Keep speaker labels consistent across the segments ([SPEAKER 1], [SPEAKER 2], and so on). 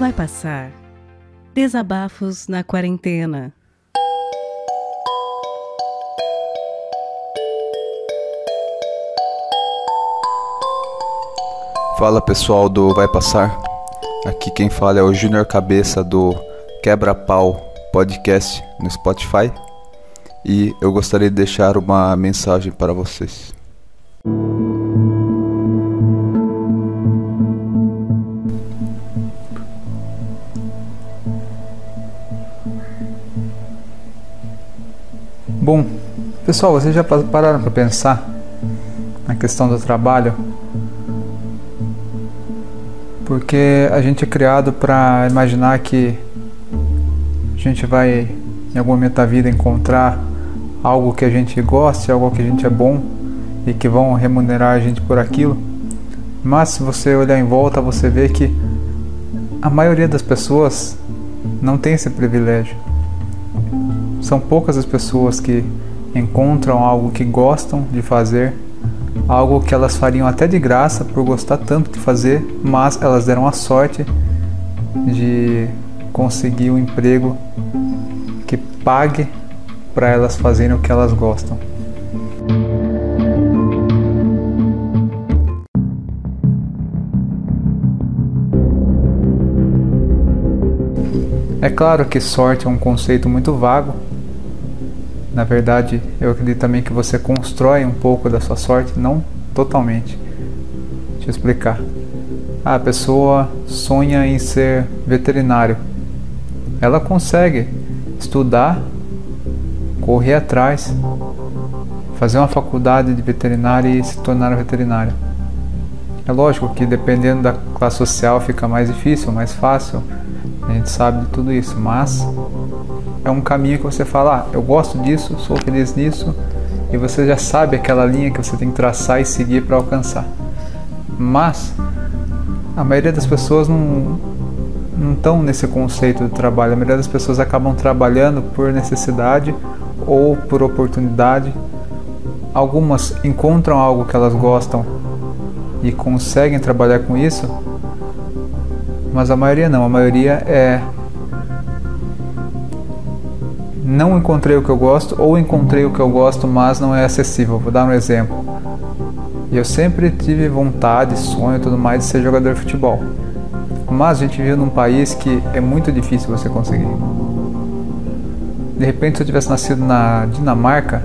[SPEAKER 1] Vai passar. Desabafos na quarentena.
[SPEAKER 2] Fala pessoal do Vai Passar, aqui quem fala é o Júnior Cabeça do Quebra-Pau Podcast no Spotify e eu gostaria de deixar uma mensagem para vocês.
[SPEAKER 3] Bom, pessoal, vocês já pararam para pensar na questão do trabalho? Porque a gente é criado para imaginar que a gente vai, em algum momento da vida, encontrar algo que a gente goste, algo que a gente é bom e que vão remunerar a gente por aquilo. Mas se você olhar em volta, você vê que a maioria das pessoas não tem esse privilégio. São poucas as pessoas que encontram algo que gostam de fazer, algo que elas fariam até de graça por gostar tanto de fazer, mas elas deram a sorte de conseguir um emprego que pague para elas fazerem o que elas gostam. É claro que sorte é um conceito muito vago. Na verdade, eu acredito também que você constrói um pouco da sua sorte, não totalmente. Deixa eu explicar. A pessoa sonha em ser veterinário. Ela consegue estudar, correr atrás, fazer uma faculdade de veterinária e se tornar veterinário. É lógico que dependendo da classe social fica mais difícil, mais fácil. A gente sabe de tudo isso, mas é um caminho que você fala, eu gosto disso, sou feliz nisso, e você já sabe aquela linha que você tem que traçar e seguir para alcançar. Mas a maioria das pessoas não estão nesse conceito de trabalho. A maioria das pessoas acabam trabalhando por necessidade ou por oportunidade. Algumas encontram algo que elas gostam e conseguem trabalhar com isso, mas a maioria não. A maioria não encontrei o que eu gosto, ou encontrei o que eu gosto, mas não é acessível. Vou dar um exemplo. Eu sempre tive vontade, sonho e tudo mais de ser jogador de futebol. Mas a gente vive num país que é muito difícil você conseguir. De repente, se eu tivesse nascido na Dinamarca,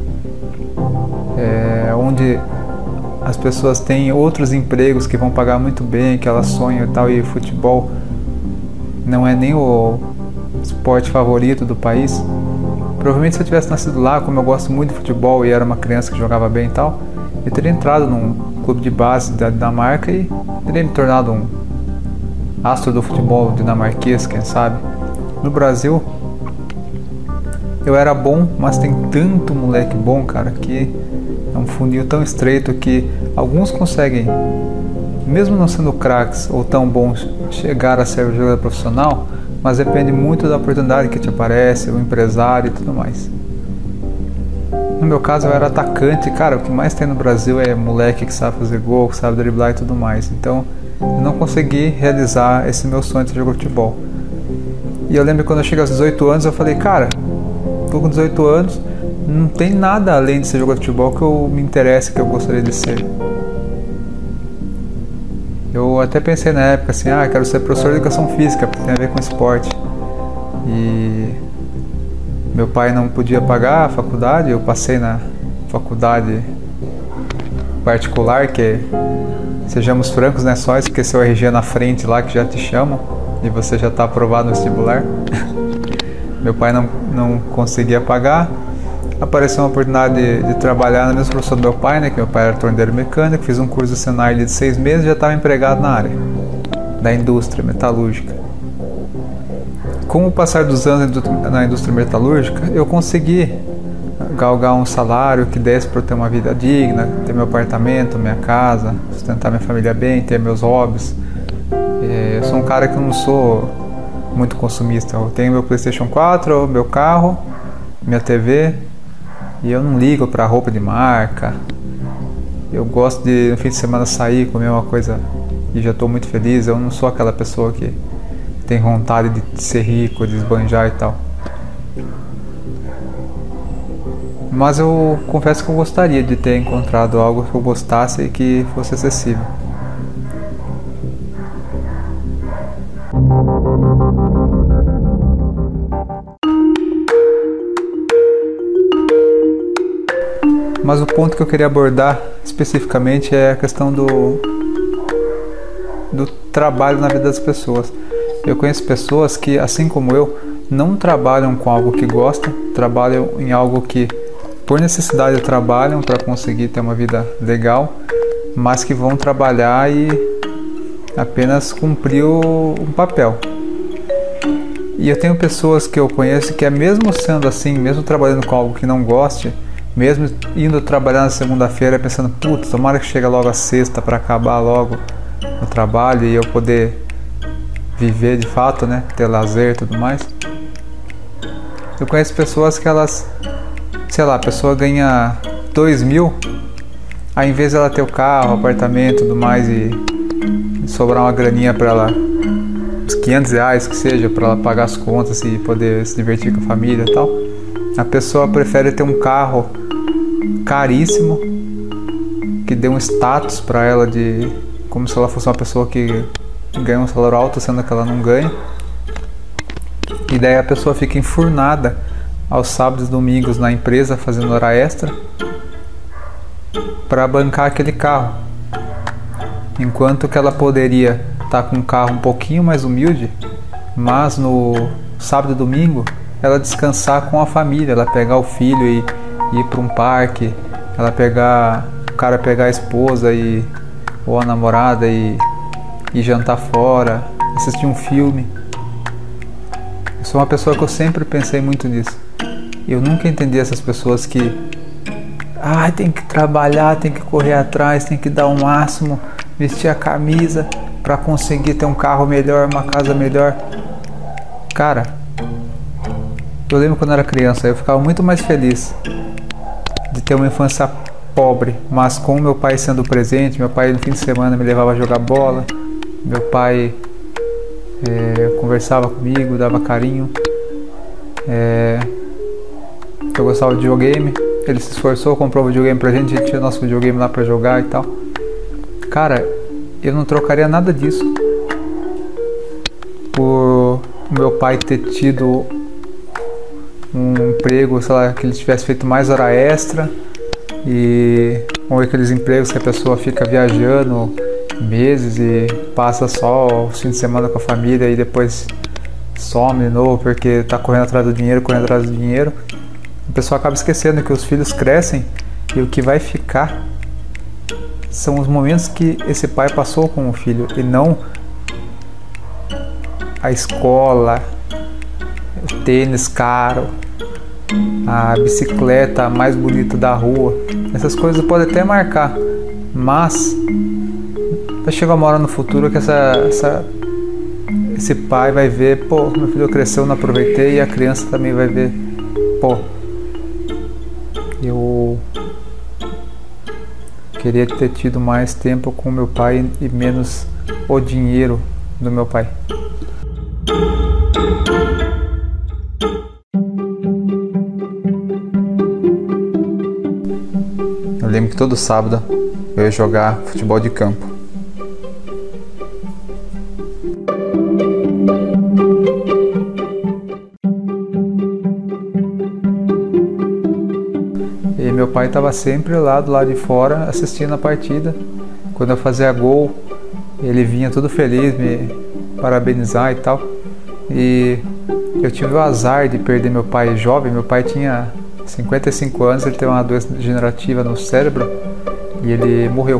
[SPEAKER 3] onde as pessoas têm outros empregos que vão pagar muito bem, que elas sonham e tal, e futebol não é nem o esporte favorito do país. Provavelmente se eu tivesse nascido lá, como eu gosto muito de futebol e era uma criança que jogava bem e tal, eu teria entrado num clube de base da Dinamarca e teria me tornado um astro do futebol dinamarquês, quem sabe. No Brasil, eu era bom, mas tem tanto moleque bom, cara, que é um funil tão estreito que alguns conseguem, mesmo não sendo craques ou tão bons, chegar a ser jogador profissional, mas depende muito da oportunidade que te aparece, o empresário e tudo mais. No meu caso, eu era atacante, cara, o que mais tem no Brasil é moleque que sabe fazer gol, que sabe driblar e tudo mais. Então, eu não consegui realizar esse meu sonho de jogar futebol. E eu lembro que quando eu cheguei aos 18 anos, eu falei, cara, tô com 18 anos, não tem nada além de ser jogador de futebol que eu me interesse, que eu gostaria de ser. Eu até pensei na época assim, quero ser professor de educação física, porque tem a ver com esporte. E meu pai não podia pagar a faculdade, eu passei na faculdade particular, que, sejamos francos, né, só esquecer o RG na frente lá que já te chamam e você já está aprovado no vestibular. Meu pai não conseguia pagar. Apareceu uma oportunidade de trabalhar na mesma profissão do meu pai, né, que meu pai era torneiro mecânico. Fiz um curso de Senai de 6 meses e já estava empregado na área da indústria metalúrgica. Com o passar dos anos na indústria metalúrgica, eu consegui galgar um salário que desse para eu ter uma vida digna, ter meu apartamento, minha casa, sustentar minha família bem, ter meus hobbies. Eu sou um cara que não sou muito consumista. Eu tenho meu PlayStation 4, meu carro, minha TV, e eu não ligo para roupa de marca. Eu gosto de no fim de semana sair, comer uma coisa e já estou muito feliz. Eu não sou aquela pessoa que tem vontade de ser rico, de esbanjar e tal. Mas eu confesso que eu gostaria de ter encontrado algo que eu gostasse e que fosse acessível. Mas o ponto que eu queria abordar especificamente é a questão do trabalho na vida das pessoas. Eu conheço pessoas que, assim como eu, não trabalham com algo que gostam, trabalham em algo que por necessidade trabalham para conseguir ter uma vida legal, mas que vão trabalhar e apenas cumprir um papel. E eu tenho pessoas que eu conheço que, mesmo sendo assim, mesmo trabalhando com algo que não goste, mesmo indo trabalhar na segunda-feira pensando, putz, tomara que chegue logo a sexta para acabar logo o trabalho e eu poder viver de fato, né, ter lazer e tudo mais. Eu conheço pessoas que elas, sei lá, a pessoa ganha 2.000, aí em vez de ela ter o carro, o apartamento e tudo mais e sobrar uma graninha para ela, uns R$500 que seja, para ela pagar as contas e poder se divertir com a família e tal, a pessoa prefere ter um carro caríssimo que dê um status para ela de como se ela fosse uma pessoa que ganha um salário alto, sendo que ela não ganha. E daí a pessoa fica enfurnada aos sábados e domingos na empresa fazendo hora extra para bancar aquele carro, enquanto que ela poderia estar com um carro um pouquinho mais humilde, mas no sábado e domingo ela descansar com a família, ela pegar o filho e ir para um parque, ela o cara pegar a esposa ou a namorada e jantar fora, assistir um filme. Eu sou uma pessoa que eu sempre pensei muito nisso. Eu nunca entendi essas pessoas que tem que trabalhar, tem que correr atrás, tem que dar o máximo, vestir a camisa para conseguir ter um carro melhor, uma casa melhor. Cara, eu lembro quando eu era criança, eu ficava muito mais feliz de ter uma infância pobre, mas com meu pai sendo presente. Meu pai no fim de semana me levava a jogar bola, meu pai conversava comigo, dava carinho, eu gostava de videogame, ele se esforçou, comprou o videogame pra gente, a gente tinha nosso videogame lá pra jogar e tal. Cara, eu não trocaria nada disso por meu pai ter tido um emprego, sei lá, que ele tivesse feito mais hora extra, ou aqueles empregos que a pessoa fica viajando meses e passa só o fim de semana com a família e depois some de novo porque tá correndo atrás do dinheiro. A pessoa acaba esquecendo que os filhos crescem e o que vai ficar são os momentos que esse pai passou com o filho e não a escola, o tênis caro, a bicicleta mais bonita da rua. Essas coisas podem até marcar, mas vai chegar uma hora no futuro que esse pai vai ver, pô, meu filho cresceu, não aproveitei, e a criança também vai ver, pô, eu queria ter tido mais tempo com meu pai e menos o dinheiro do meu pai. Eu lembro que todo sábado eu ia jogar futebol de campo. E meu pai estava sempre lá do lado de fora assistindo a partida. Quando eu fazia gol, ele vinha todo feliz me parabenizar e tal. E eu tive o azar de perder meu pai jovem. Meu pai tinha 55 anos, ele teve uma doença degenerativa no cérebro e ele morreu.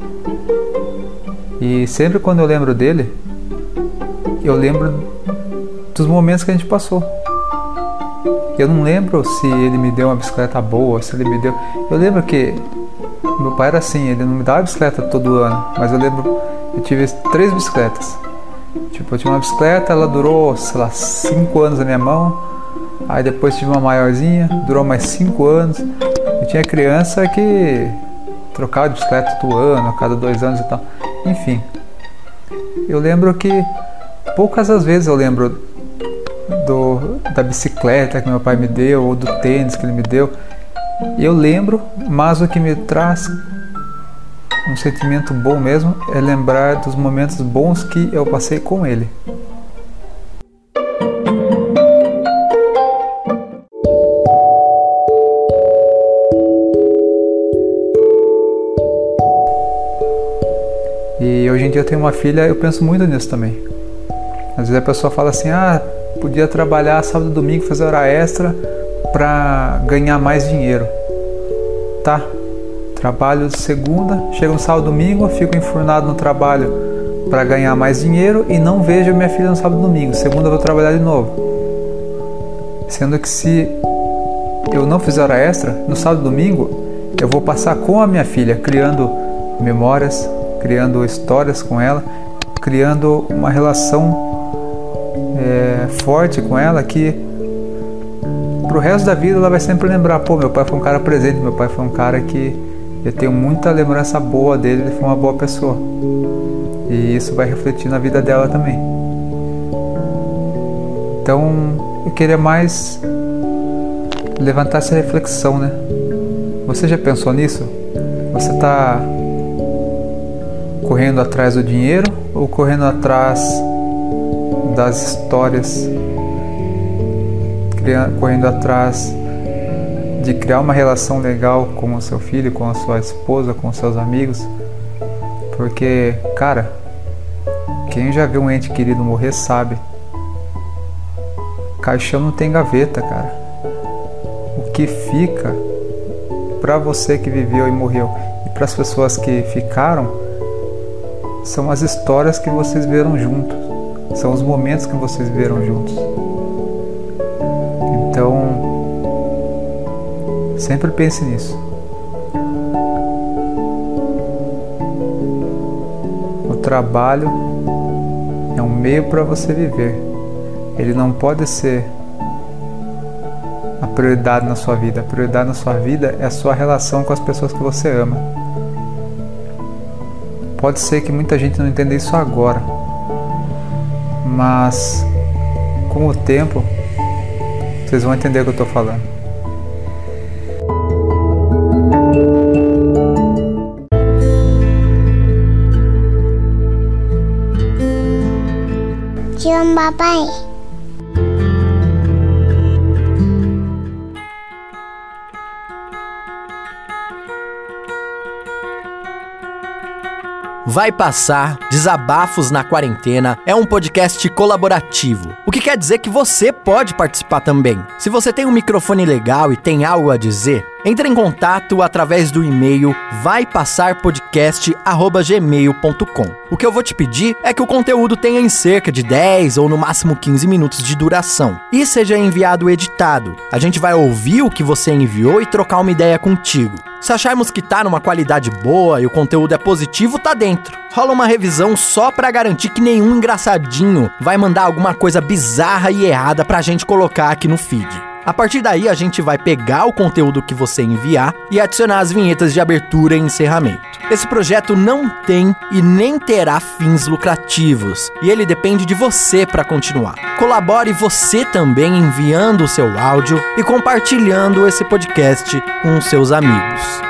[SPEAKER 3] E sempre quando eu lembro dele, eu lembro dos momentos que a gente passou. Eu não lembro se ele me deu uma bicicleta boa, se ele me deu... Eu lembro que meu pai era assim, ele não me dava bicicleta todo ano, mas eu lembro, eu tive 3 bicicletas. Tipo, eu tinha uma bicicleta, ela durou, sei lá, 5 anos na minha mão. Aí depois tive uma maiorzinha, durou mais 5 anos. Eu tinha criança que trocava de bicicleta todo ano, a cada 2 anos e tal. Enfim, eu lembro que poucas as vezes eu lembro da bicicleta que meu pai me deu, ou do tênis que ele me deu. Eu lembro, mas o que me traz um sentimento bom mesmo é lembrar dos momentos bons que eu passei com ele. E hoje em dia eu tenho uma filha, eu penso muito nisso também. Às vezes a pessoa fala assim, podia trabalhar sábado e domingo, fazer hora extra para ganhar mais dinheiro. Tá, trabalho de segunda, chega no sábado e domingo, fico enfurnado no trabalho para ganhar mais dinheiro e não vejo minha filha no sábado e domingo. Segunda eu vou trabalhar de novo. Sendo que se eu não fizer hora extra, no sábado e domingo eu vou passar com a minha filha, criando memórias, criando histórias com ela, criando uma relação forte com ela, que pro resto da vida ela vai sempre lembrar, meu pai foi um cara presente, meu pai foi um cara que eu tenho muita lembrança boa dele, ele foi uma boa pessoa. E isso vai refletir na vida dela também. Então eu queria mais levantar essa reflexão, né? Você já pensou nisso? Você está correndo atrás do dinheiro ou correndo atrás das histórias, correndo atrás de criar uma relação legal com o seu filho, com a sua esposa, com os seus amigos? Porque, cara, quem já viu um ente querido morrer sabe, caixão não tem gaveta, cara. O que fica para você que viveu e morreu e para as pessoas que ficaram são as histórias que vocês viveram juntos, são os momentos que vocês viveram juntos. Então, sempre pense nisso. O trabalho é um meio para você viver. Ele não pode ser a prioridade na sua vida. A prioridade na sua vida é a sua relação com as pessoas que você ama. Pode ser que muita gente não entenda isso agora, mas com o tempo vocês vão entender o que eu estou falando.
[SPEAKER 4] Te amo, papai.
[SPEAKER 5] Vai Passar, Desabafos na Quarentena é um podcast colaborativo, o que quer dizer que você pode participar também. Se você tem um microfone legal e tem algo a dizer, entre em contato através do e-mail vaipassarpodcast@gmail.com. O que eu vou te pedir é que o conteúdo tenha em cerca de 10 ou no máximo 15 minutos de duração e seja enviado editado. A gente vai ouvir o que você enviou e trocar uma ideia contigo. Se acharmos que tá numa qualidade boa e o conteúdo é positivo, tá dentro. Rola uma revisão só pra garantir que nenhum engraçadinho vai mandar alguma coisa bizarra e errada pra gente colocar aqui no feed. A partir daí, a gente vai pegar o conteúdo que você enviar e adicionar as vinhetas de abertura e encerramento. Esse projeto não tem e nem terá fins lucrativos, e ele depende de você para continuar. Colabore você também enviando o seu áudio e compartilhando esse podcast com os seus amigos.